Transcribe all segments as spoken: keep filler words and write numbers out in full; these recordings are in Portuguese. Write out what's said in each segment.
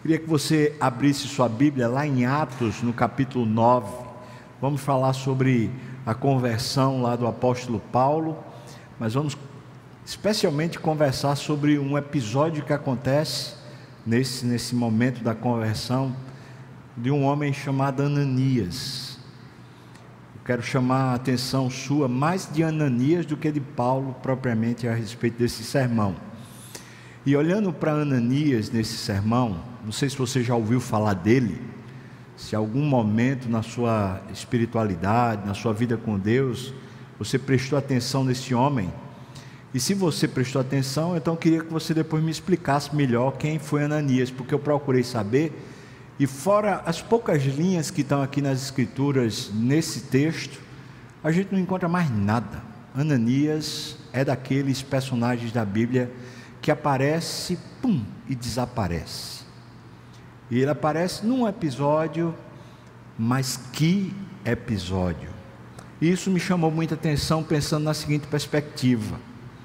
Queria que você abrisse sua Bíblia lá em Atos, no capítulo nove. Vamos falar sobre a conversão lá do apóstolo Paulo, mas vamos especialmente conversar sobre um episódio que acontece nesse, nesse momento da conversão de um homem chamado Ananias. Eu quero chamar a atenção sua mais de Ananias do que de Paulo propriamente a respeito desse sermão. E olhando para Ananias nesse sermão, não sei se você já ouviu falar dele, se algum momento na sua espiritualidade, na sua vida com Deus, você prestou atenção nesse homem. E se você prestou atenção, então eu queria que você depois me explicasse melhor quem foi Ananias, porque eu procurei saber, e fora as poucas linhas que estão aqui nas escrituras, nesse texto, a gente não encontra mais nada. Ananias é daqueles personagens da Bíblia que aparece, pum, e desaparece. E ele aparece num episódio, mas que episódio! Isso me chamou muita atenção, pensando na seguinte perspectiva: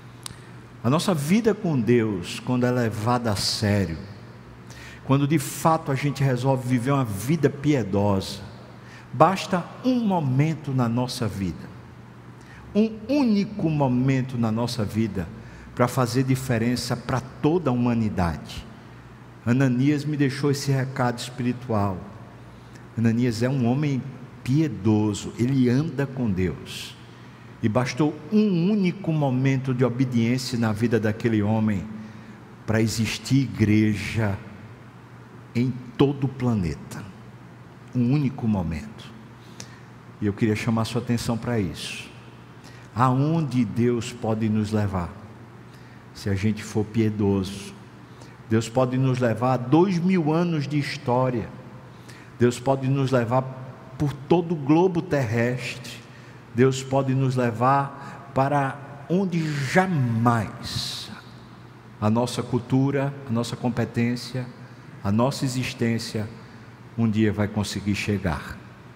a nossa vida com Deus, quando ela é levada a sério, quando de fato a gente resolve viver uma vida piedosa, basta um momento na nossa vida, um único momento na nossa vida, para fazer diferença para toda a humanidade. Ananias me deixou esse recado espiritual. Ananias é um homem piedoso, ele anda com Deus, e bastou um único momento de obediência na vida daquele homem para existir igreja em todo o planeta. Um único momento. E eu queria chamar sua atenção para isso. Aonde Deus pode nos levar se a gente for piedoso? Deus pode nos levar a dois mil anos de história. Deus pode nos levar por todo o globo terrestre. Deus pode nos levar para onde jamais a nossa cultura, a nossa competência, a nossa existência um dia vai conseguir chegar.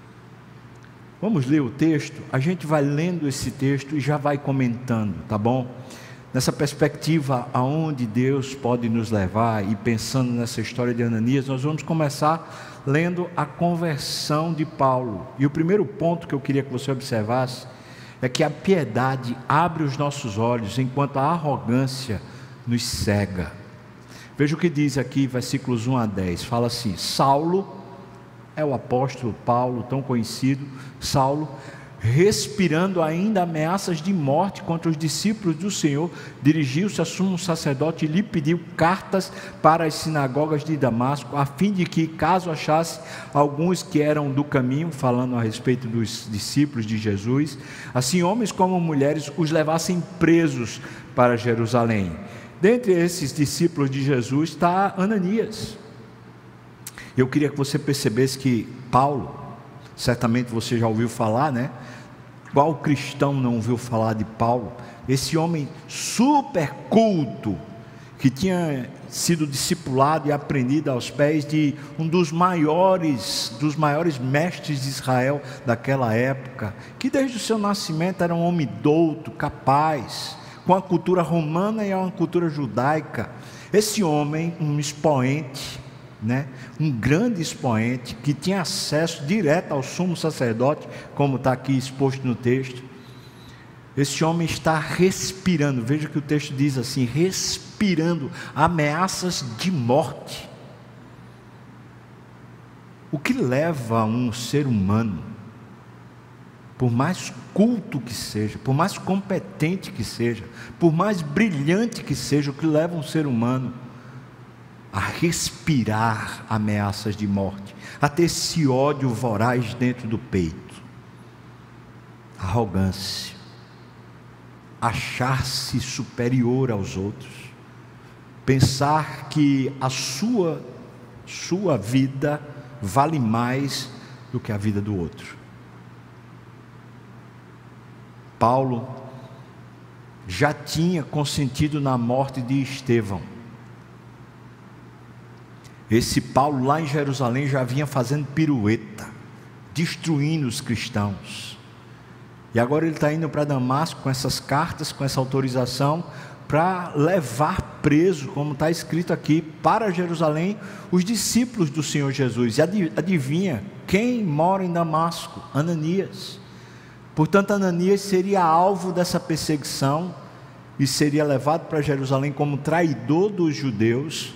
Vamos ler o texto? A gente vai lendo esse texto e já vai comentando, tá bom? Nessa perspectiva, aonde Deus pode nos levar, e pensando nessa história de Ananias, nós vamos começar lendo a conversão de Paulo. E o primeiro ponto que eu queria que você observasse é que a piedade abre os nossos olhos, enquanto a arrogância nos cega. Veja o que diz aqui, versículos um a dez, fala assim: Saulo, é o apóstolo Paulo, tão conhecido, Saulo, respirando ainda ameaças de morte contra os discípulos do Senhor, dirigiu-se a sumo sacerdote e lhe pediu cartas para as sinagogas de Damasco, a fim de que, caso achasse alguns que eram do caminho, falando a respeito dos discípulos de Jesus, assim homens como mulheres, os levassem presos para Jerusalém. Dentre esses discípulos de Jesus está Ananias. Eu queria que você percebesse que Paulo, certamente você já ouviu falar, né? Qual cristão não ouviu falar de Paulo? Esse homem super culto, que tinha sido discipulado e aprendido aos pés de um dos maiores, dos maiores mestres de Israel daquela época, que desde o seu nascimento era um homem douto, capaz, com a cultura romana e a cultura judaica. Esse homem, um expoente, né? Um grande expoente, que tinha acesso direto ao sumo sacerdote, como está aqui exposto no texto. Esse homem está respirando, veja que o texto diz assim, respirando ameaças de morte. O que leva um ser humano, por mais culto que seja, por mais competente que seja, por mais brilhante que seja, o que leva um ser humano a respirar ameaças de morte, a ter esse ódio voraz dentro do peito? Arrogância, achar-se superior aos outros, pensar que a sua, sua vida vale mais do que a vida do outro. Paulo já tinha consentido na morte de Estevão. Esse Paulo lá em Jerusalém já vinha fazendo pirueta, destruindo os cristãos. E agora ele está indo para Damasco com essas cartas, com essa autorização, para levar preso, como está escrito aqui, para Jerusalém, os discípulos do Senhor Jesus. E adivinha, quem mora em Damasco? Ananias. Portanto, Ananias seria alvo dessa perseguição e seria levado para Jerusalém como traidor dos judeus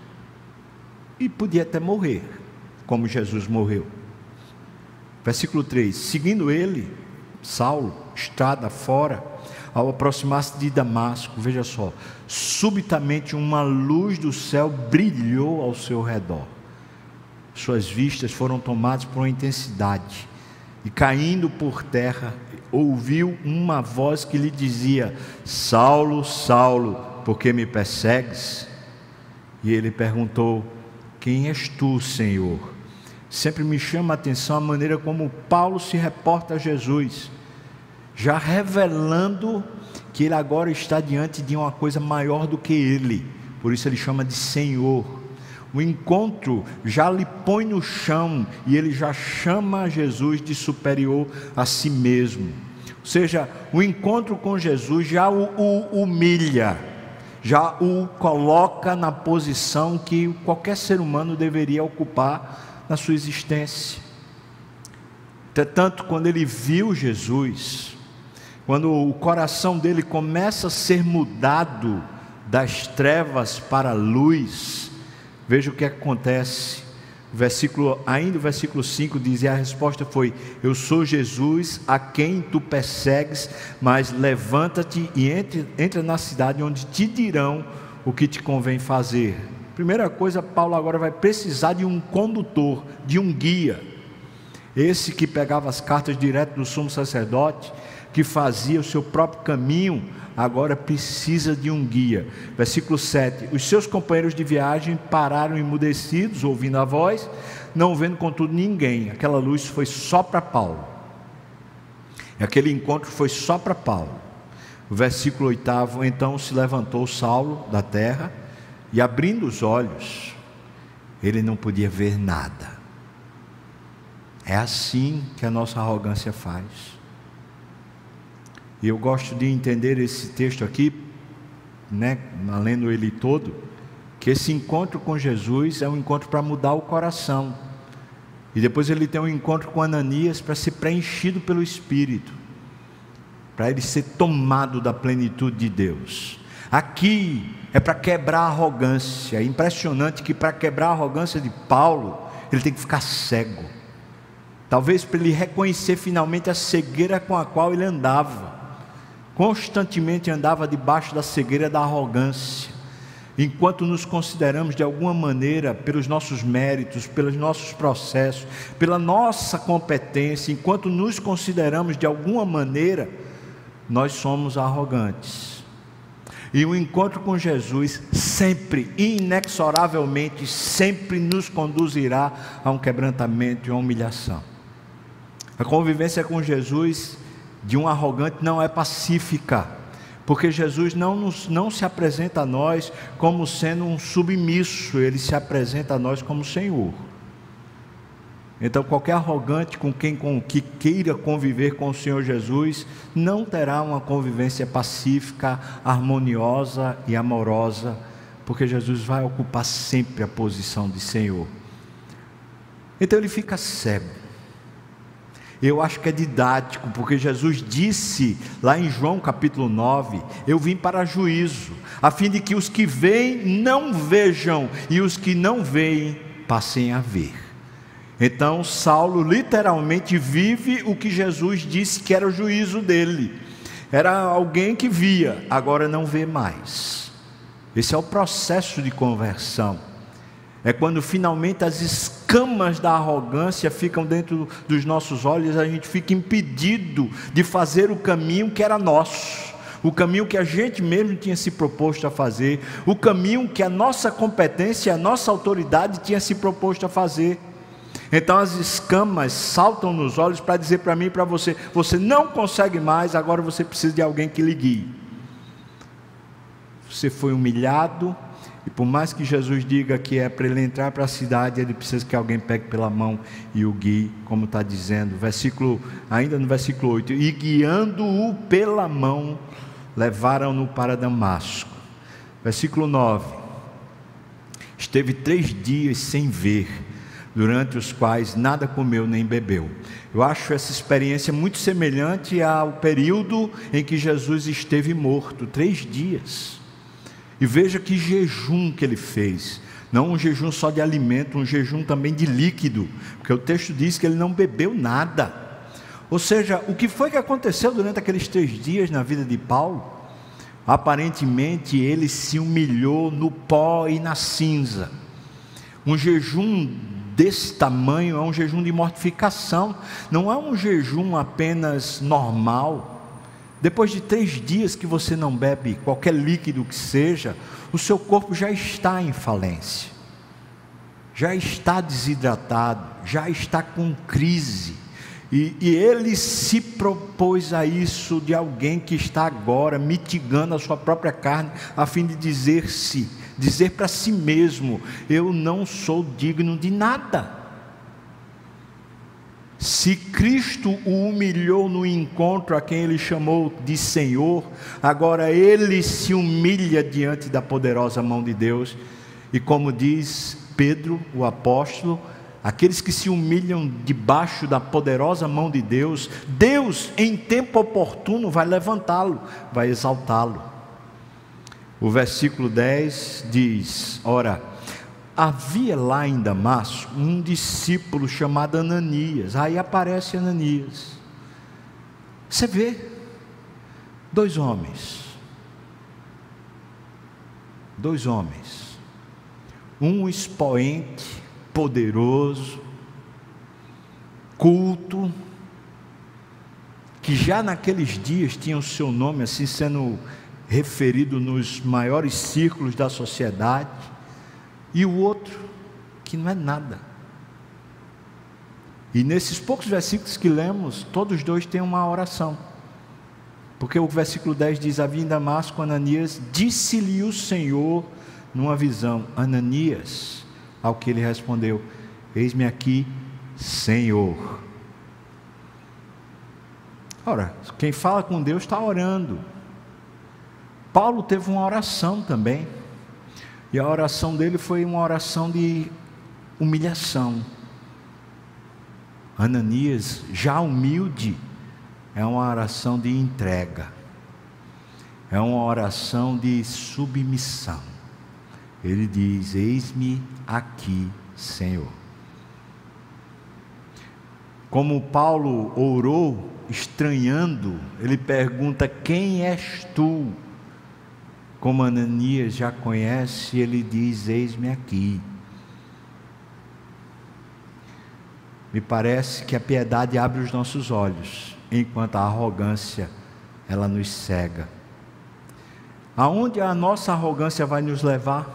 e podia até morrer, como Jesus morreu. Versículo três: seguindo ele, Saulo, estrada fora, ao aproximar-se de Damasco, veja só, subitamente uma luz do céu brilhou ao seu redor. Suas vistas foram tomadas por uma intensidade, e caindo por terra, ouviu uma voz que lhe dizia: Saulo, Saulo, por que me persegues? E ele perguntou: quem és tu, Senhor? Sempre me chama a atenção a maneira como Paulo se reporta a Jesus, já revelando que ele agora está diante de uma coisa maior do que ele, por isso ele chama de Senhor. O encontro já lhe põe no chão e ele já chama Jesus de superior a si mesmo. Ou seja, o encontro com Jesus já o, o humilha, já o coloca na posição que qualquer ser humano deveria ocupar na sua existência. Entretanto, quando ele viu Jesus, quando o coração dele começa a ser mudado das trevas para a luz, veja o que acontece. O versículo, ainda o versículo cinco diz, e a resposta foi: eu sou Jesus a quem tu persegues, mas levanta-te e entre, entra na cidade onde te dirão o que te convém fazer. Primeira coisa, Paulo agora vai precisar de um condutor, de um guia. Esse que pegava as cartas direto do sumo sacerdote, que fazia o seu próprio caminho, agora precisa de um guia. Versículo sete: os seus companheiros de viagem pararam emudecidos, ouvindo a voz, não vendo contudo ninguém. Aquela luz foi só para Paulo, aquele encontro foi só para Paulo. O versículo oito: então se levantou Saulo da terra, e abrindo os olhos, ele não podia ver nada. É assim que a nossa arrogância faz. E eu gosto de entender esse texto aqui, né, lendo ele todo, que esse encontro com Jesus é um encontro para mudar o coração. E depois ele tem um encontro com Ananias para ser preenchido pelo Espírito, para ele ser tomado da plenitude de Deus. Aqui é para quebrar a arrogância. É impressionante que para quebrar a arrogância de Paulo, ele tem que ficar cego. Talvez para ele reconhecer finalmente a cegueira com a qual ele andava. Constantemente andava debaixo da cegueira da arrogância. Enquanto nos consideramos de alguma maneira, pelos nossos méritos, pelos nossos processos, pela nossa competência, enquanto nos consideramos de alguma maneira, nós somos arrogantes. E o encontro com Jesus sempre, inexoravelmente, sempre nos conduzirá a um quebrantamento e uma humilhação. A convivência com Jesus de um arrogante não é pacífica, porque Jesus não, nos, não se apresenta a nós como sendo um submisso, ele se apresenta a nós como Senhor. Então qualquer arrogante com quem com, que queira conviver com o Senhor Jesus não terá uma convivência pacífica, harmoniosa e amorosa, porque Jesus vai ocupar sempre a posição de Senhor. Então ele fica cego. Eu acho que é didático, porque Jesus disse lá em João capítulo nove: eu vim para juízo, a fim de que os que veem não vejam, e os que não veem passem a ver. Então Saulo literalmente vive o que Jesus disse que era o juízo dele. Era alguém que via, agora não vê mais. Esse é o processo de conversão. É quando finalmente as escamas da arrogância ficam dentro dos nossos olhos, a gente fica impedido de fazer o caminho que era nosso, o caminho que a gente mesmo tinha se proposto a fazer, o caminho que a nossa competência, a nossa autoridade tinha se proposto a fazer. Então as escamas saltam nos olhos para dizer para mim e para você: você não consegue mais, agora você precisa de alguém que lhe guie. Você foi humilhado, e por mais que Jesus diga que é para ele entrar para a cidade, ele precisa que alguém pegue pela mão e o guie, como está dizendo, versículo, ainda no versículo oito: e guiando-o pela mão, levaram-no para Damasco. Versículo nove. Esteve três dias sem ver, durante os quais nada comeu nem bebeu. Eu acho essa experiência muito semelhante ao período em que Jesus esteve morto, três dias. E veja que jejum que ele fez. Não um jejum só de alimento, um jejum também de líquido, porque o texto diz que ele não bebeu nada. Ou seja, o que foi que aconteceu durante aqueles três dias na vida de Paulo? Aparentemente ele se humilhou no pó e na cinza. Um jejum desse tamanho é um jejum de mortificação, não é um jejum apenas normal. Depois de três dias que você não bebe qualquer líquido que seja, o seu corpo já está em falência, já está desidratado, já está com crise, e, e ele se propôs a isso de alguém que está agora mitigando a sua própria carne, a fim de dizer-se, dizer para si mesmo: eu não sou digno de nada. Se Cristo o humilhou no encontro a quem ele chamou de Senhor, agora ele se humilha diante da poderosa mão de Deus. E como diz Pedro, o apóstolo, aqueles que se humilham debaixo da poderosa mão de Deus, Deus em tempo oportuno vai levantá-lo, vai exaltá-lo. O versículo dez diz: ora, havia lá em Damasco um discípulo chamado Ananias. Aí aparece Ananias. Você vê dois homens, dois homens, um expoente poderoso, culto, que já naqueles dias tinha o seu nome assim sendo referido nos maiores círculos da sociedade, e o outro que não é nada. E nesses poucos versículos que lemos, todos dois têm uma oração, porque o versículo dez diz: havia em Damasco Ananias, disse-lhe o Senhor numa visão: Ananias. Ao que ele respondeu: eis-me aqui, Senhor. Ora, quem fala com Deus está orando. Paulo teve uma oração também, e a oração dele foi uma oração de humilhação. Ananias, já humilde, é uma oração de entrega, é uma oração de submissão. Ele diz: eis-me aqui, Senhor. Como Paulo orou estranhando, ele pergunta: quem és tu? Como Ananias já conhece, ele diz: eis-me aqui. Me parece que a piedade abre os nossos olhos, enquanto a arrogância, ela nos cega. Aonde a nossa arrogância vai nos levar?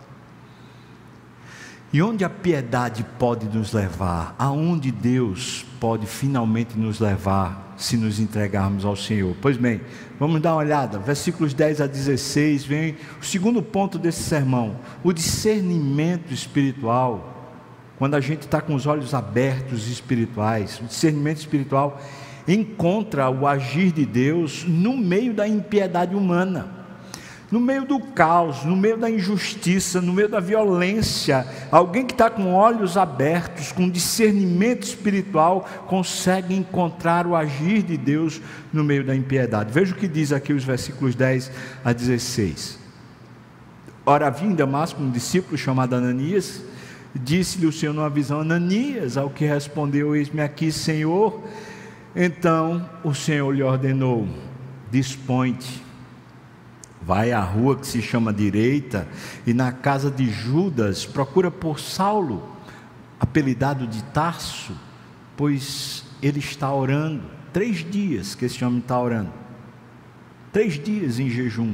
E onde a piedade pode nos levar? Aonde Deus pode finalmente nos levar, se nos entregarmos ao Senhor? Pois bem, vamos dar uma olhada, versículos dez a dezesseis, vem o segundo ponto desse sermão, o discernimento espiritual. Quando a gente está com os olhos abertos espirituais, o discernimento espiritual encontra o agir de Deus no meio da impiedade humana, no meio do caos, no meio da injustiça, no meio da violência. Alguém que está com olhos abertos, com discernimento espiritual, consegue encontrar o agir de Deus no meio da impiedade. Veja o que diz aqui os versículos dez a dezesseis. Ora, havia em Damasco um discípulo chamado Ananias. Disse-lhe o Senhor numa visão: Ananias. Ao que respondeu: eis-me aqui, Senhor. Então o Senhor lhe ordenou: dispõe-te, vai à rua que se chama Direita, e na casa de Judas procura por Saulo, apelidado de Tarso, pois ele está orando. Três dias que esse homem está orando, três dias em jejum.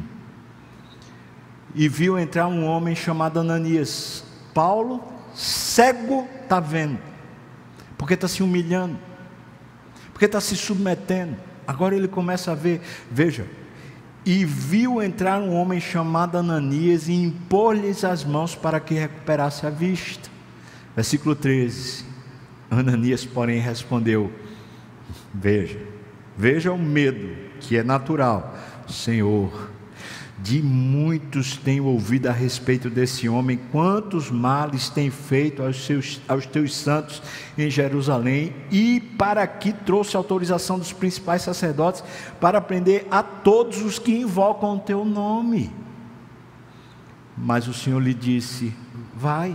E viu entrar um homem chamado Ananias. Paulo, cego, está vendo, porque está se humilhando, porque está se submetendo. Agora ele começa a ver. Veja: e viu entrar um homem chamado Ananias e impor-lhes as mãos para que recuperasse a vista. Versículo treze. Ananias, porém, respondeu: veja, veja o medo que é natural. Senhor, De muitos tenho ouvido a respeito desse homem, quantos males tem feito aos, seus, aos teus santos em Jerusalém, e para aqui trouxe autorização dos principais sacerdotes para prender a todos os que invocam o teu nome. Mas o Senhor lhe disse: vai,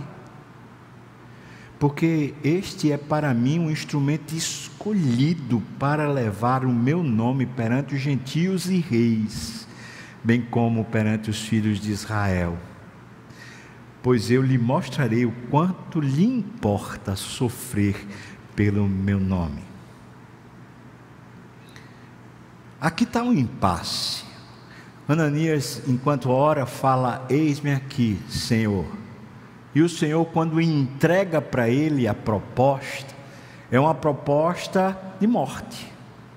porque este é para mim um instrumento escolhido para levar o meu nome perante os gentios e reis, bem como perante os filhos de Israel. Pois eu lhe mostrarei o quanto lhe importa sofrer pelo meu nome. Aqui está um impasse. Ananias, enquanto ora, fala: eis-me aqui, Senhor. E o Senhor, quando entrega para ele a proposta, é uma proposta de morte.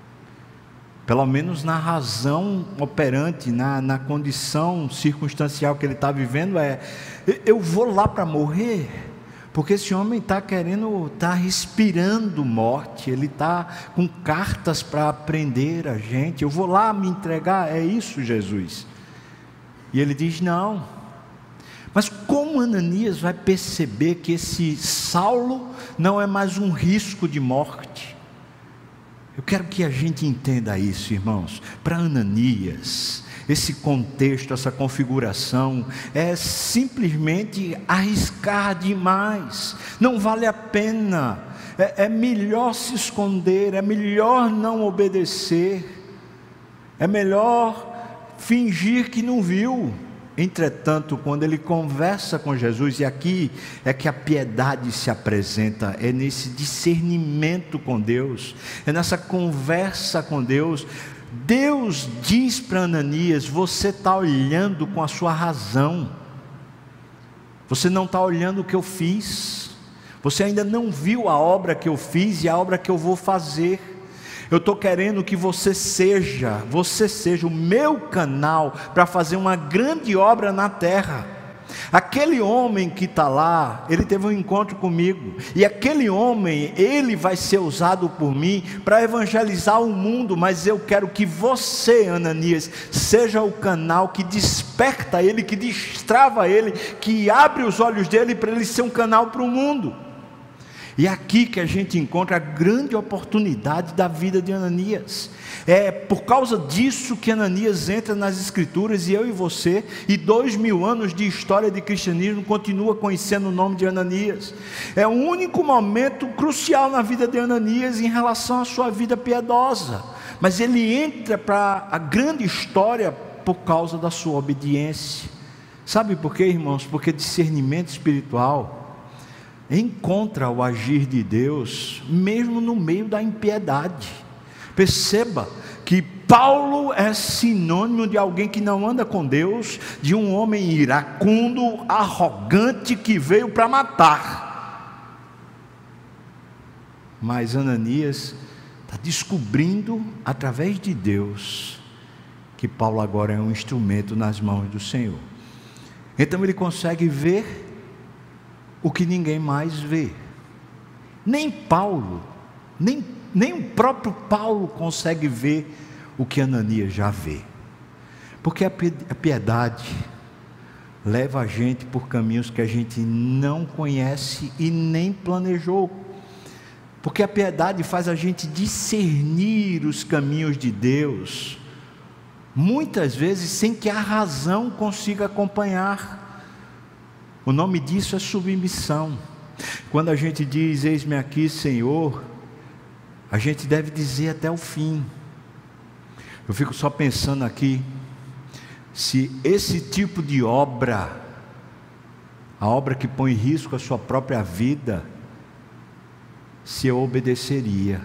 Pelo menos na razão operante, na, na condição circunstancial que ele está vivendo, é: eu vou lá para morrer, porque esse homem está querendo, está respirando morte, ele está com cartas para prender a gente, eu vou lá me entregar, é isso, Jesus? E ele diz: não. Mas como Ananias vai perceber que esse Saulo não é mais um risco de morte? Eu quero que a gente entenda isso, irmãos. Para Ananias, esse contexto, essa configuração é simplesmente arriscar demais. Não vale a pena. É, é melhor se esconder, é melhor não obedecer, é melhor fingir que não viu. Entretanto, quando ele conversa com Jesus, e aqui é que a piedade se apresenta, é nesse discernimento com Deus, é nessa conversa com Deus. Deus diz para Ananias: você está olhando com a sua razão, você não está olhando o que eu fiz, você ainda não viu a obra que eu fiz e a obra que eu vou fazer. Eu estou querendo que você seja, você seja o meu canal para fazer uma grande obra na terra. Aquele homem que está lá, ele teve um encontro comigo, e aquele homem, ele vai ser usado por mim para evangelizar o mundo, mas eu quero que você, Ananias, seja o canal que desperta ele, que destrava ele, que abre os olhos dele para ele ser um canal para o mundo. E é aqui que a gente encontra a grande oportunidade da vida de Ananias. É por causa disso que Ananias entra nas Escrituras, e eu e você, e dois mil anos de história de cristianismo, continua conhecendo o nome de Ananias. É o único momento crucial na vida de Ananias em relação à sua vida piedosa, mas ele entra para a grande história por causa da sua obediência. Sabe por quê, irmãos? Porque discernimento espiritual encontra o agir de Deus mesmo no meio da impiedade. Perceba que Paulo é sinônimo de alguém que não anda com Deus, de um homem iracundo, arrogante, que veio para matar. Mas Ananias está descobrindo através de Deus que Paulo agora é um instrumento nas mãos do Senhor. Então ele consegue ver o que ninguém mais vê. Nem Paulo, nem, nem o próprio Paulo consegue ver o que Ananias já vê. Porque a piedade leva a gente por caminhos que a gente não conhece e nem planejou. Porque a piedade faz a gente discernir os caminhos de Deus, muitas vezes sem que a razão consiga acompanhar. O nome disso é submissão. Quando a gente diz: eis-me aqui, Senhor, a gente deve dizer até o fim. Eu fico só pensando aqui, se esse tipo de obra, a obra que põe em risco a sua própria vida, se eu obedeceria.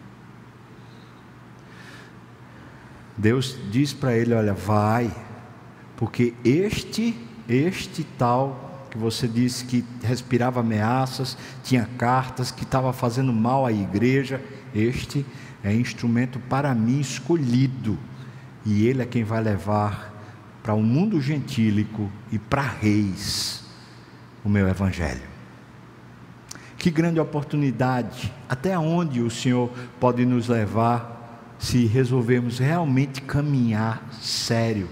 Deus diz para ele: olha, vai, porque este, este tal que você disse que respirava ameaças, tinha cartas, que estava fazendo mal à igreja, este é instrumento para mim escolhido, e ele é quem vai levar para o mundo gentílico e para reis o meu evangelho. Que grande oportunidade! Até onde o Senhor pode nos levar se resolvermos realmente caminhar sério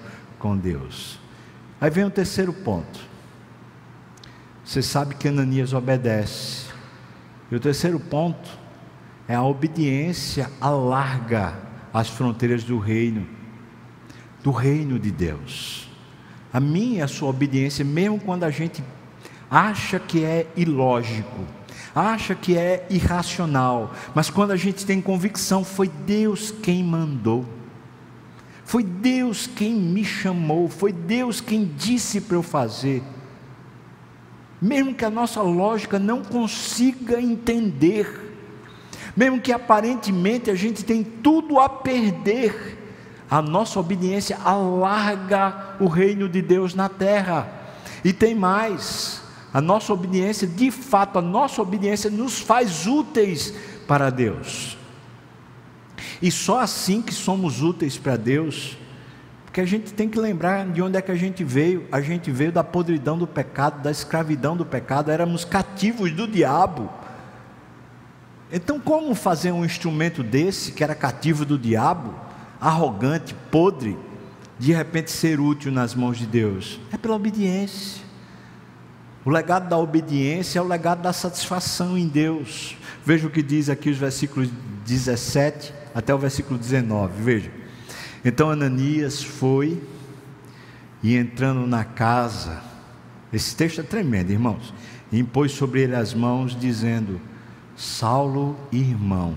com Deus. Aí vem o terceiro ponto. Você sabe que Ananias obedece. E o terceiro ponto é a obediência alarga as fronteiras do reino, do reino de Deus. A minha e a sua obediência, mesmo quando a gente acha que é ilógico, acha que é irracional, mas quando a gente tem convicção, foi Deus quem mandou, foi Deus quem me chamou, foi Deus quem disse para eu fazer, mesmo que a nossa lógica não consiga entender, mesmo que aparentemente a gente tem tudo a perder, a nossa obediência alarga o reino de Deus na terra. E tem mais, a nossa obediência, de fato, a nossa obediência nos faz úteis para Deus. E só assim que somos úteis para Deus, porque a gente tem que lembrar de onde é que a gente veio. A gente veio da podridão do pecado, da escravidão do pecado, éramos cativos do diabo. Então como fazer um instrumento desse, que era cativo do diabo, arrogante, podre, de repente ser útil nas mãos de Deus? É pela obediência. O legado da obediência é o legado da satisfação em Deus. Veja o que diz aqui os versículos dezessete até o versículo dezenove, veja. Então Ananias foi, e entrando na casa, esse texto é tremendo, irmãos, e impôs sobre ele as mãos, dizendo: Saulo, irmão.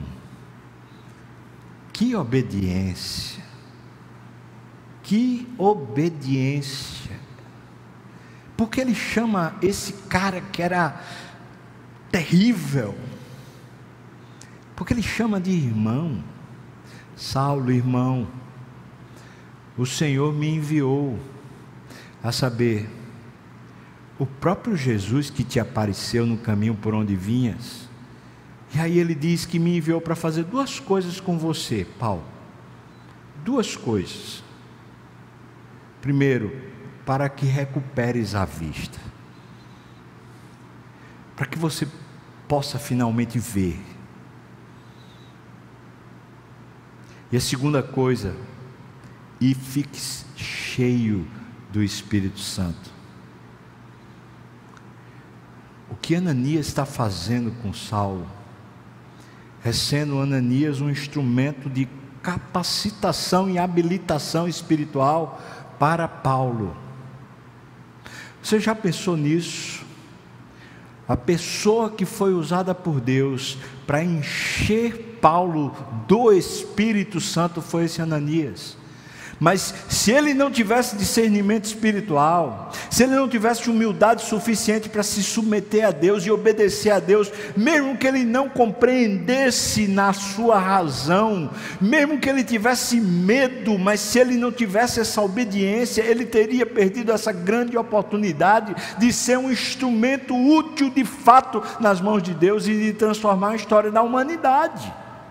Que obediência, que obediência, porque ele chama esse cara que era terrível, porque ele chama de irmão. Saulo, irmão, o Senhor me enviou, a saber, o próprio Jesus que te apareceu no caminho por onde vinhas. E aí ele diz que me enviou para fazer duas coisas com você, Paulo. Duas coisas. Primeiro, para que recuperes a vista, para que você possa finalmente ver. E a segunda coisa, e fique cheio do Espírito Santo. O que Ananias está fazendo com Saulo é sendo Ananias um instrumento de capacitação e habilitação espiritual para Paulo. Você já pensou nisso? A pessoa que foi usada por Deus para encher Paulo do Espírito Santo foi esse Ananias. Mas se ele não tivesse discernimento espiritual, se ele não tivesse humildade suficiente para se submeter a Deus e obedecer a Deus, mesmo que ele não compreendesse na sua razão, mesmo que ele tivesse medo, mas se ele não tivesse essa obediência, ele teria perdido essa grande oportunidade de ser um instrumento útil de fato nas mãos de Deus e de transformar a história da humanidade.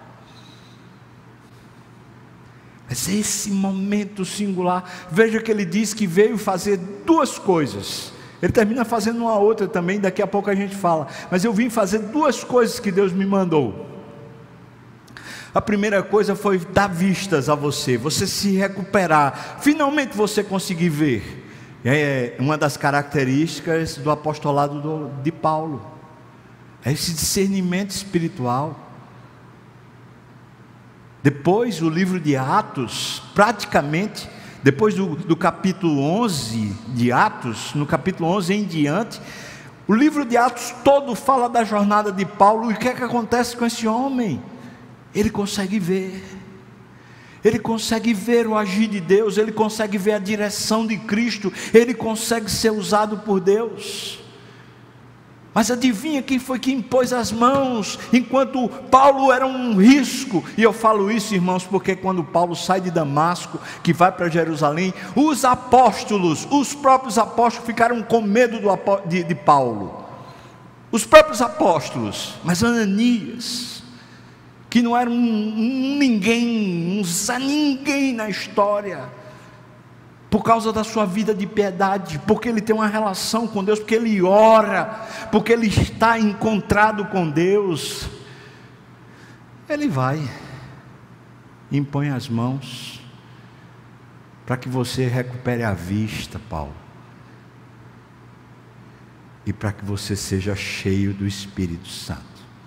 Mas esse momento singular, veja que ele diz que veio fazer duas coisas. Ele termina fazendo uma outra também, daqui a pouco a gente fala. Mas eu vim fazer duas coisas que Deus me mandou. A primeira coisa foi dar vistas a você, você se recuperar, finalmente você conseguir ver. É uma das características do apostolado do, de Paulo, é esse discernimento espiritual. Depois o livro de Atos, praticamente, depois do, do capítulo onze de Atos, no capítulo onze em diante, o livro de Atos todo fala da jornada de Paulo. E o que é que acontece com esse homem? Ele consegue ver, ele consegue ver o agir de Deus, ele consegue ver a direção de Cristo, ele consegue ser usado por Deus. Mas adivinha quem foi que impôs as mãos, enquanto Paulo era um risco? E eu falo isso, irmãos, porque quando Paulo sai de Damasco, que vai para Jerusalém, os apóstolos, os próprios apóstolos ficaram com medo do, de, de Paulo, os próprios apóstolos. Mas Ananias, que não era um, um ninguém, um zé ninguém na história, por causa da sua vida de piedade, porque ele tem uma relação com Deus, porque ele ora, porque ele está encontrado com Deus, ele vai, impõe as mãos, para que você recupere a vista, Paulo, e para que você seja cheio do Espírito Santo.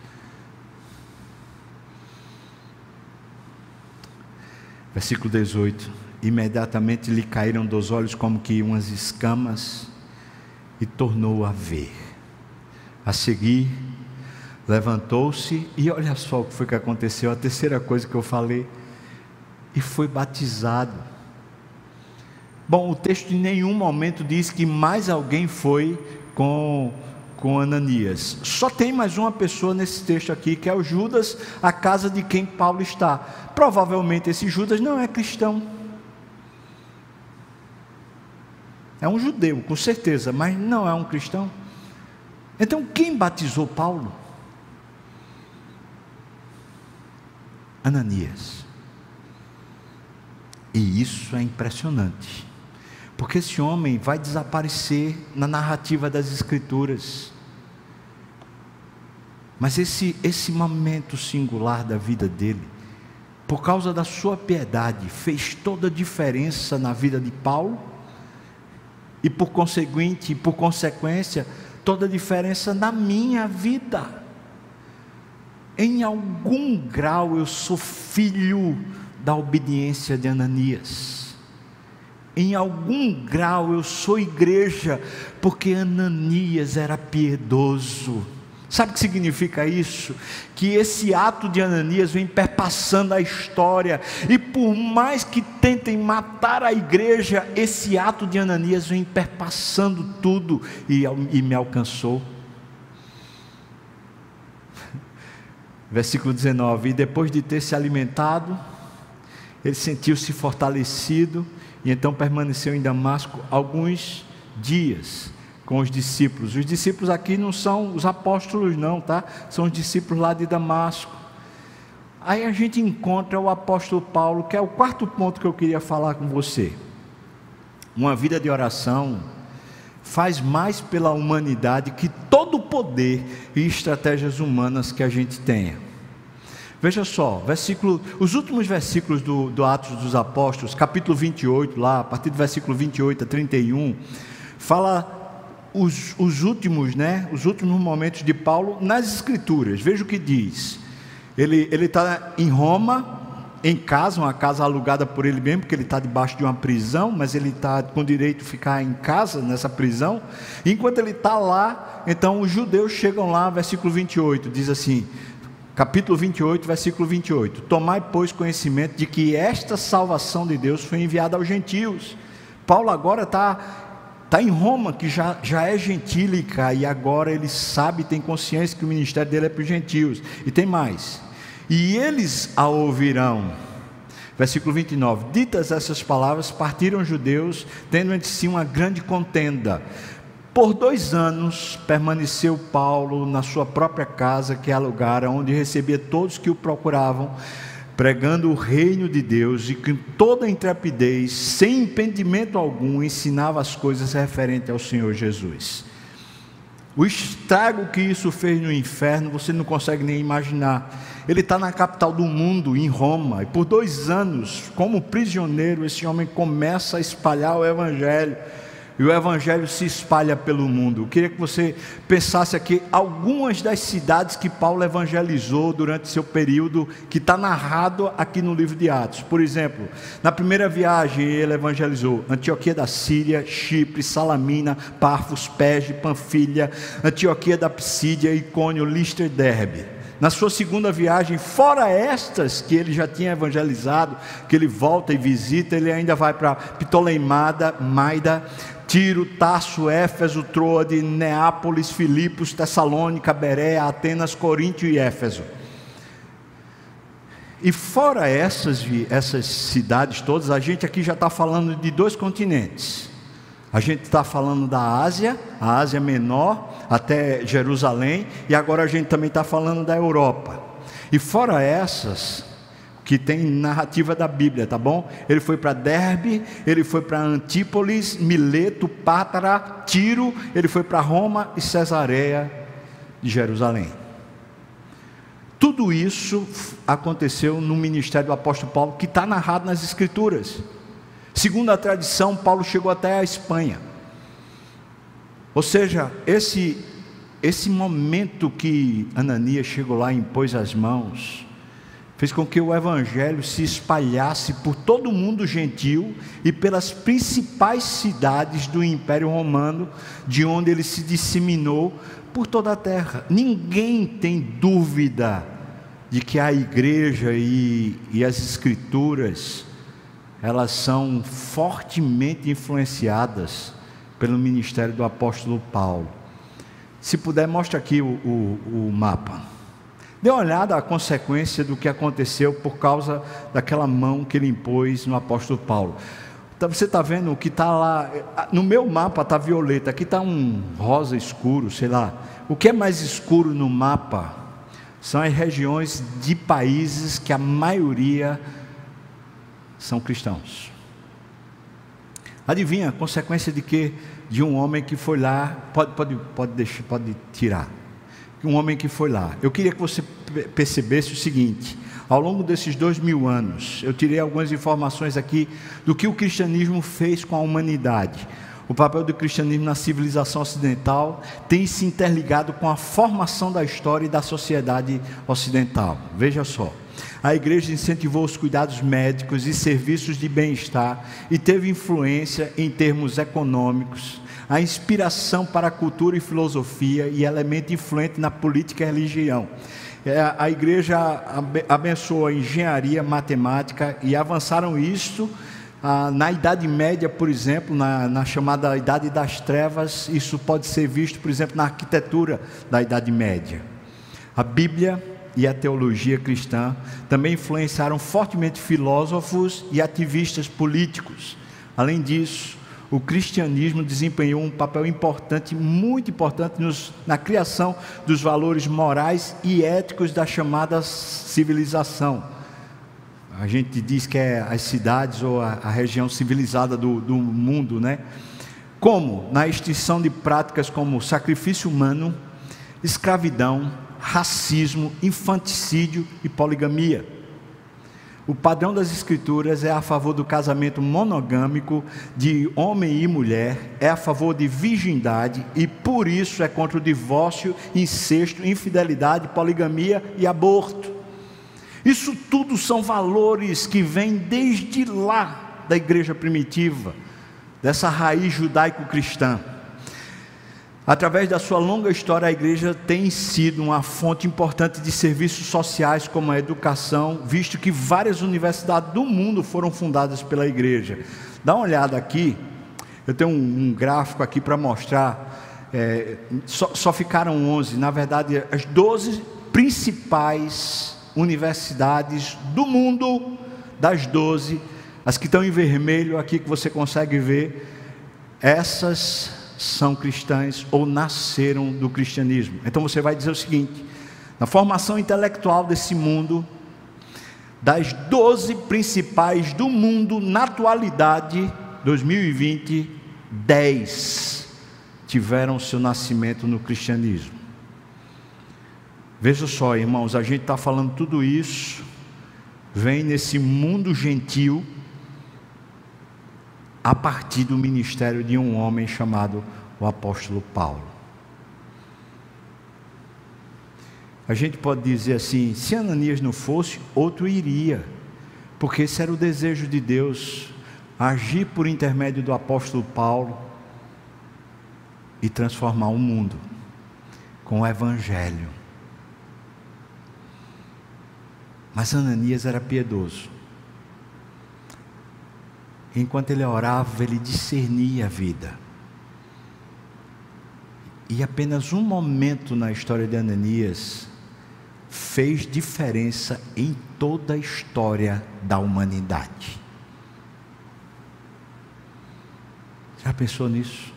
Versículo dezoito: imediatamente lhe caíram dos olhos como que umas escamas, e tornou a ver. A seguir, levantou-se, e olha só o que foi que aconteceu, a terceira coisa que eu falei, e foi batizado. Bom, o texto em nenhum momento diz que mais alguém foi com, com Ananias. Só tem mais uma pessoa nesse texto aqui, que é o Judas, a casa de quem Paulo está. Provavelmente esse Judas não é cristão. É um judeu, com certeza, mas não é um cristão. Então quem batizou Paulo? Ananias. E isso é impressionante, porque esse homem vai desaparecer na narrativa das Escrituras. Mas esse, esse momento singular da vida dele, por causa da sua piedade, fez toda a diferença na vida de Paulo, e por conseguinte, por consequência, toda a diferença na minha vida. Em algum grau eu sou filho da obediência de Ananias. Em algum grau eu sou igreja, porque Ananias era piedoso. Sabe o que significa isso? Que esse ato de Ananias vem perpassando a história, e por mais que tentem matar a igreja, esse ato de Ananias vem perpassando tudo e, e me alcançou. Versículo dezenove: e depois de ter se alimentado, ele sentiu-se fortalecido, e então permaneceu em Damasco alguns dias com os discípulos. Os discípulos aqui não são os apóstolos não, tá? São os discípulos lá de Damasco. Aí a gente encontra o apóstolo Paulo, que é o quarto ponto que eu queria falar com você. Uma vida de oração faz mais pela humanidade que todo o poder e estratégias humanas que a gente tenha. Veja só, versículo, os últimos versículos do, do Atos dos Apóstolos, capítulo vinte e oito, lá, a partir do versículo vinte e oito a trinta e um, fala os, os últimos, né, os últimos momentos de Paulo nas Escrituras. Veja o que diz. Ele está em Roma, em casa, uma casa alugada por ele mesmo, porque ele está debaixo de uma prisão, mas ele está com direito de ficar em casa, nessa prisão. E enquanto ele está lá, então os judeus chegam lá, versículo vinte e oito, diz assim, capítulo vinte e oito, versículo vinte e oito: tomai, pois, conhecimento de que esta salvação de Deus foi enviada aos gentios. Paulo agora está está em Roma, que já, já é gentílica, e agora ele sabe, tem consciência que o ministério dele é para os gentios. E tem mais: e eles a ouvirão. Versículo vinte e nove: ditas essas palavras, partiram os judeus, tendo entre si uma grande contenda. Por dois anos permaneceu Paulo na sua própria casa que alugara, onde recebia todos que o procuravam, pregando o reino de Deus, e com toda intrepidez, sem impedimento algum, ensinava as coisas referentes ao Senhor Jesus. O estrago que isso fez no inferno, você não consegue nem imaginar. Ele está na capital do mundo, em Roma, e por dois anos, como prisioneiro, esse homem começa a espalhar o Evangelho, e o Evangelho se espalha pelo mundo. Eu queria que você pensasse aqui algumas das cidades que Paulo evangelizou durante seu período, que está narrado aqui no livro de Atos. Por exemplo, na primeira viagem ele evangelizou Antioquia da Síria, Chipre, Salamina, Pafos, Perge, Panfilha, Antioquia da Psídia, Icônio, Listra e Derbe. Na sua segunda viagem, fora estas que ele já tinha evangelizado, que ele volta e visita, ele ainda vai para Ptolemada, Maida, Tiro, Tarso, Éfeso, Troade, Neápolis, Filipos, Tessalônica, Bereia, Atenas, Corinto e Éfeso. E fora essas, essas cidades todas, a gente aqui já está falando de dois continentes. A gente está falando da Ásia, a Ásia Menor, até Jerusalém, e agora a gente também está falando da Europa. E fora essas, que tem narrativa da Bíblia, tá bom? Ele foi para Derbe, ele foi para Antípolis, Mileto, Pátara, Tiro, ele foi para Roma e Cesareia de Jerusalém. Tudo isso aconteceu no ministério do apóstolo Paulo, que está narrado nas Escrituras. Segundo a tradição, Paulo chegou até a Espanha. Ou seja, esse, esse momento que Ananias chegou lá e impôs as mãos, fez com que o evangelho se espalhasse por todo o mundo gentil e pelas principais cidades do Império Romano, de onde ele se disseminou por toda a terra. Ninguém tem dúvida de que a igreja e, e as escrituras, elas são fortemente influenciadas pelo ministério do apóstolo Paulo. Se puder, mostra aqui o, o, o mapa. Dê uma olhada à consequência do que aconteceu por causa daquela mão que ele impôs no apóstolo Paulo. Então, você está vendo o que está lá, no meu mapa está violeta, aqui está um rosa escuro, sei lá. O que é mais escuro no mapa são as regiões de países que a maioria são cristãos. Adivinha a consequência de que? De um homem que foi lá, pode, pode, pode, deixar, pode tirar. Um homem que foi lá. Eu queria que você percebesse o seguinte: ao longo desses dois mil anos, eu tirei algumas informações aqui do que o cristianismo fez com a humanidade. O papel do cristianismo na civilização ocidental tem se interligado com a formação da história e da sociedade ocidental. Veja só. A igreja incentivou os cuidados médicos e serviços de bem-estar e teve influência em termos econômicos, a inspiração para a cultura e filosofia e elemento influente na política e religião. A igreja abençoou a engenharia, matemática e avançaram isto ah, na Idade Média, por exemplo, na, na chamada Idade das Trevas. Isso pode ser visto, por exemplo, na arquitetura da Idade Média. A Bíblia e a teologia cristã também influenciaram fortemente filósofos e ativistas políticos. Além disso, o cristianismo desempenhou um papel importante, muito importante, nos, na criação dos valores morais e éticos da chamada civilização. A gente diz que é as cidades ou a, a região civilizada do, do mundo, né? Como? Na extinção de práticas como sacrifício humano, escravidão, racismo, infanticídio e poligamia. O padrão das escrituras é a favor do casamento monogâmico de homem e mulher, é a favor de virgindade e por isso é contra o divórcio, incesto, infidelidade, poligamia e aborto. Isso tudo são valores que vêm desde lá da igreja primitiva, dessa raiz judaico-cristã. Através da sua longa história, a igreja tem sido uma fonte importante de serviços sociais como a educação, visto que várias universidades do mundo foram fundadas pela igreja. Dá uma olhada aqui, eu tenho um, um gráfico aqui para mostrar, é, só, só ficaram onze, na verdade as doze principais universidades do mundo, das doze, as que estão em vermelho aqui que você consegue ver, essas são cristãs ou nasceram do cristianismo. Então você vai dizer o seguinte: na formação intelectual desse mundo, das doze principais do mundo na atualidade, dois mil e vinte, dez tiveram seu nascimento no cristianismo. Veja só, irmãos, a gente está falando tudo isso, vem nesse mundo gentil, a partir do ministério de um homem chamado o apóstolo Paulo. A gente pode dizer assim: se Ananias não fosse, outro iria, porque esse era o desejo de Deus, agir por intermédio do apóstolo Paulo e transformar o mundo com o evangelho. Mas Ananias era piedoso. Enquanto ele orava, ele discernia a vida. E apenas um momento na história de Ananias fez diferença em toda a história da humanidade. Já pensou nisso?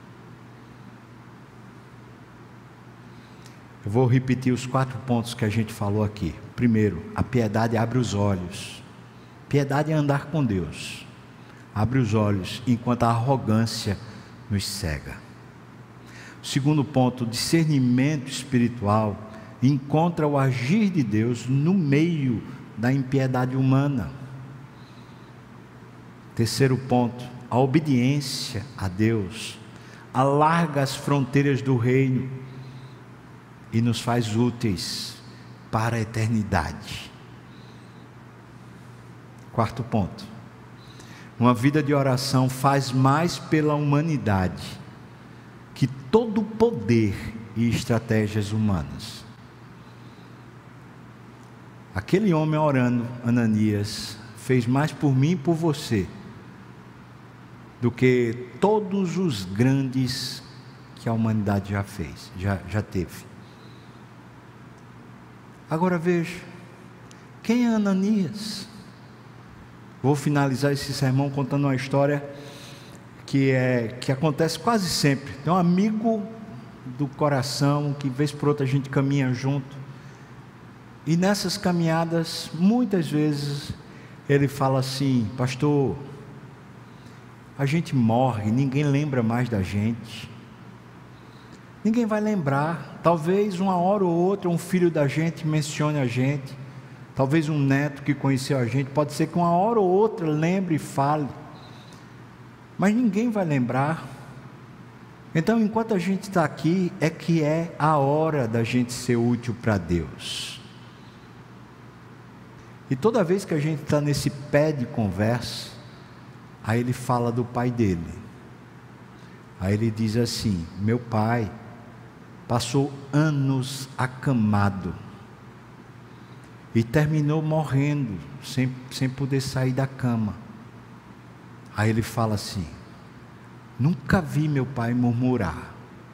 Eu vou repetir os quatro pontos que a gente falou aqui. Primeiro, a piedade abre os olhos. Piedade é andar com Deus. Abre os olhos, enquanto a arrogância nos cega. Segundo ponto, discernimento espiritual encontra o agir de Deus no meio da impiedade humana. Terceiro ponto, a obediência a Deus alarga as fronteiras do reino e nos faz úteis para a eternidade. Quarto ponto, uma vida de oração faz mais pela humanidade que todo poder e estratégias humanas. Aquele homem orando, Ananias, fez mais por mim e por você do que todos os grandes que a humanidade já fez, já, já teve. Agora veja, quem é Ananias? Vou finalizar esse sermão contando uma história que, é, que acontece quase sempre. Tem um amigo do coração que vez por outra a gente caminha junto, e nessas caminhadas muitas vezes ele fala assim: pastor, a gente morre, ninguém lembra mais da gente, ninguém vai lembrar. Talvez uma hora ou outra um filho da gente mencione a gente, talvez um neto que conheceu a gente, pode ser que uma hora ou outra lembre e fale, mas ninguém vai lembrar. Então, enquanto a gente está aqui, é que é a hora da gente ser útil para Deus. E toda vez que a gente está nesse pé de conversa, aí ele fala do pai dele. Aí ele diz assim: meu pai passou anos acamado e terminou morrendo sem, sem poder sair da cama. Aí ele fala assim: nunca vi meu pai murmurar,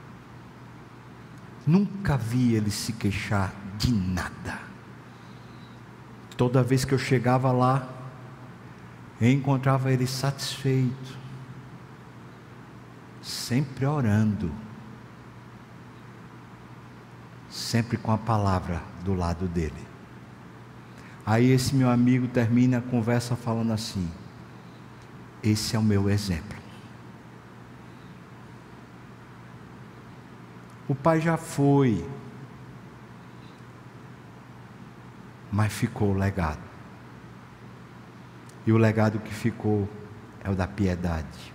nunca vi ele se queixar de nada. Toda vez que eu chegava lá, eu encontrava ele satisfeito, sempre orando, sempre com a palavra do lado dele. Aí esse meu amigo termina a conversa falando assim: esse é o meu exemplo. O pai já foi, mas ficou o legado. E o legado que ficou é o da piedade.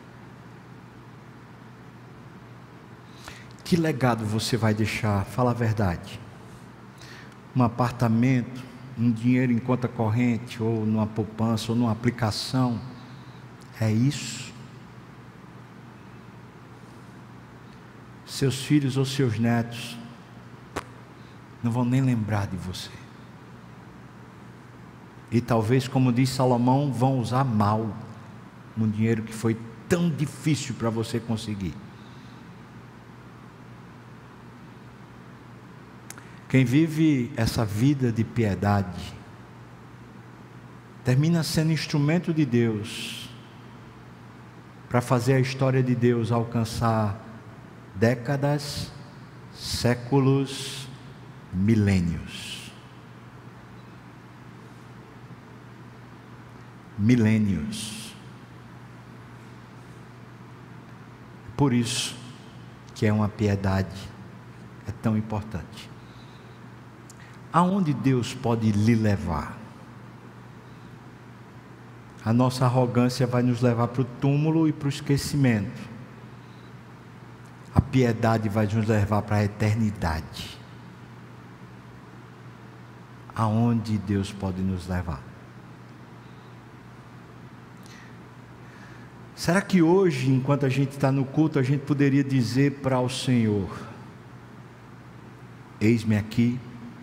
Que legado você vai deixar? Fala a verdade. Um apartamento, um dinheiro em conta corrente, ou numa poupança, ou numa aplicação? É isso? Seus filhos ou seus netos não vão nem lembrar de você. E talvez, como diz Salomão, vão usar mal um dinheiro que foi tão difícil para você conseguir. Quem vive essa vida de piedade termina sendo instrumento de Deus para fazer a história de Deus alcançar décadas, séculos, milênios. Milênios. Por isso que é uma piedade, é tão importante. Aonde Deus pode lhe levar? A nossa arrogância vai nos levar para o túmulo e para o esquecimento. A piedade vai nos levar para a eternidade. Aonde Deus pode nos levar? Será que hoje, enquanto a gente está no culto, a gente poderia dizer para o Senhor: eis-me aqui,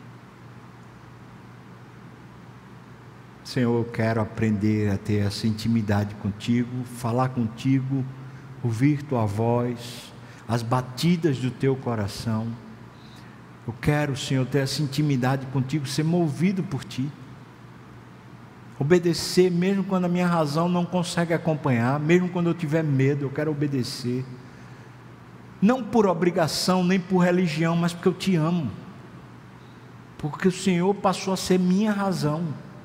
Senhor, eu quero aprender a ter essa intimidade contigo, falar contigo, ouvir tua voz, as batidas do teu coração. Eu quero, Senhor, ter essa intimidade contigo, ser movido por ti, obedecer mesmo quando a minha razão não consegue acompanhar, mesmo quando eu tiver medo, eu quero obedecer, não por obrigação, nem por religião, mas porque eu te amo, porque o Senhor passou a ser minha razão.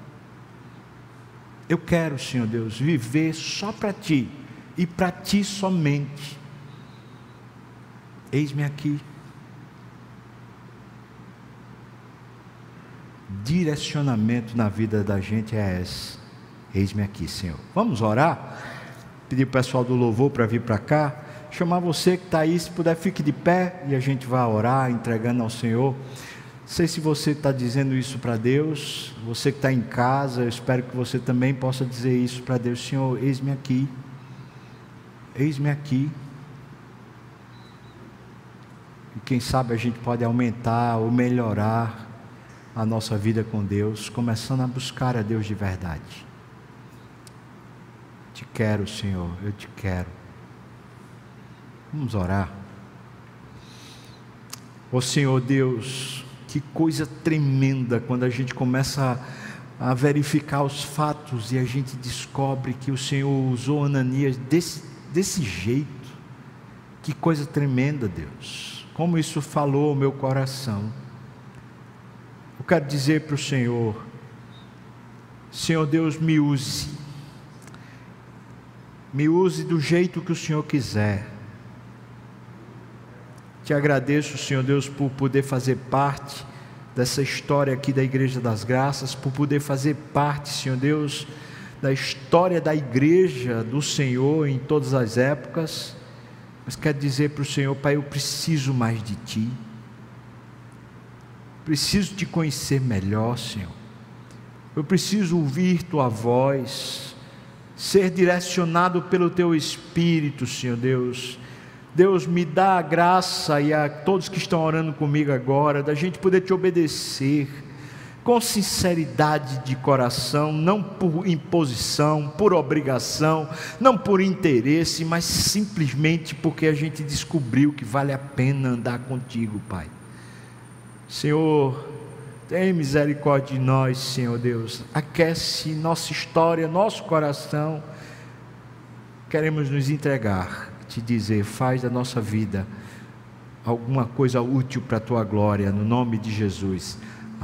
Eu quero, Senhor Deus, viver só para ti, e para ti somente. Eis-me aqui. Direcionamento na vida da gente é esse: Eis-me aqui, Senhor. Vamos orar? Pedir o pessoal do louvor para vir para cá. Chamar você que está aí, se puder, fique de pé e a gente vai orar, entregando ao Senhor. Não sei se você está dizendo isso para Deus, você que está em casa, eu espero que você também possa dizer isso para Deus. Senhor, eis-me aqui, eis-me aqui. E quem sabe a gente pode aumentar ou melhorar a nossa vida com Deus, começando a buscar a Deus de verdade. Te quero, Senhor, eu te quero. Vamos orar. Ó Senhor Deus, que coisa tremenda quando a gente começa a, a verificar os fatos e a gente descobre que o Senhor usou Ananias desse, desse jeito. Que coisa tremenda, Deus. Como isso falou ao meu coração. Eu quero dizer para o Senhor, Senhor Deus, me use. Me use do jeito que o Senhor quiser. Te agradeço, Senhor Deus, por poder fazer parte dessa história aqui da Igreja das Graças, por poder fazer parte, Senhor Deus, da história da Igreja do Senhor em todas as épocas. Mas quero dizer para o Senhor, Pai, eu preciso mais de Ti. Preciso Te conhecer melhor, Senhor. Eu preciso ouvir Tua voz, ser direcionado pelo Teu Espírito, Senhor Deus. Deus, me dá a graça, e a todos que estão orando comigo agora, da gente poder Te obedecer, com sinceridade de coração, não por imposição, por obrigação, não por interesse, mas simplesmente porque a gente descobriu que vale a pena andar contigo, Pai. Senhor, tem misericórdia de nós, Senhor Deus, aquece nossa história, nosso coração. Queremos nos entregar, te dizer, faz da nossa vida alguma coisa útil para a Tua glória, no nome de Jesus.